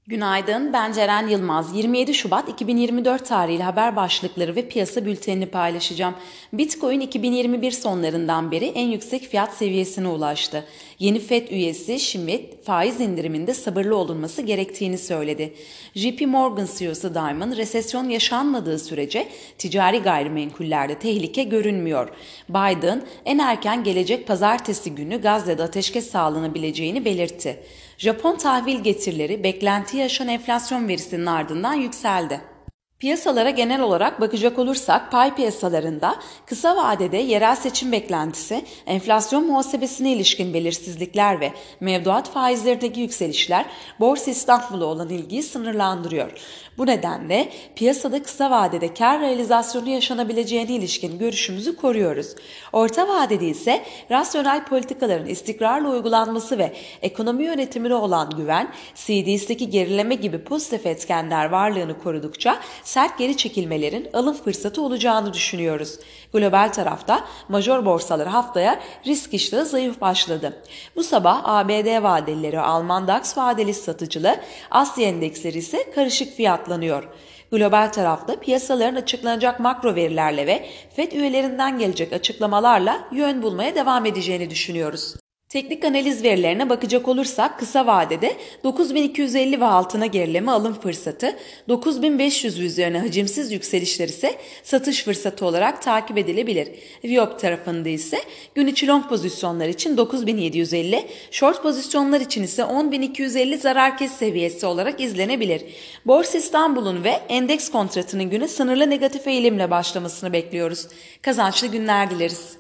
Günaydın, ben Ceren Yılmaz. 27 Şubat 2024 tarihli haber başlıkları ve piyasa bültenini paylaşacağım. Bitcoin 2021 sonlarından beri en yüksek fiyat seviyesine ulaştı. Yeni FED üyesi Schmidt faiz indiriminde sabırlı olunması gerektiğini söyledi. JP Morgan CEO'su Dimon, resesyon yaşanmadığı sürece ticari gayrimenkullerde tehlike görünmüyor. Biden, en erken gelecek pazartesi günü Gazze'de ateşkes sağlanabileceğini belirtti. Japon tahvil getirileri beklentiyi aşan enflasyon verisinin ardından yükseldi. Piyasalara genel olarak bakacak olursak pay piyasalarında kısa vadede yerel seçim beklentisi, enflasyon muhasebesine ilişkin belirsizlikler ve mevduat faizlerindeki yükselişler Borsa İstanbul'a olan ilgiyi sınırlandırıyor. Bu nedenle piyasada kısa vadede kar realizasyonu yaşanabileceğine ilişkin görüşümüzü koruyoruz. Orta vadede ise rasyonel politikaların istikrarla uygulanması ve ekonomi yönetimine olan güven, CDS'deki gerileme gibi pozitif etkenler varlığını korudukça sert geri çekilmelerin alım fırsatı olacağını düşünüyoruz. Global tarafta major borsalar haftaya risk iştahı zayıf başladı. Bu sabah ABD vadelileri Alman DAX vadeli satıcılı, Asya endeksleri ise karışık fiyatlanıyor. Global tarafta piyasaların açıklanacak makro verilerle ve FED üyelerinden gelecek açıklamalarla yön bulmaya devam edeceğini düşünüyoruz. Teknik analiz verilerine bakacak olursak kısa vadede 9250 ve altına gerileme alım fırsatı, 9500 ve üzerine hacimsiz yükselişler ise satış fırsatı olarak takip edilebilir. Viyop tarafında ise gün içi long pozisyonlar için 9750, short pozisyonlar için ise 10250 zarar kes seviyesi olarak izlenebilir. Borsa İstanbul'un ve endeks kontratının güne sınırlı negatif eğilimle başlamasını bekliyoruz. Kazançlı günler dileriz.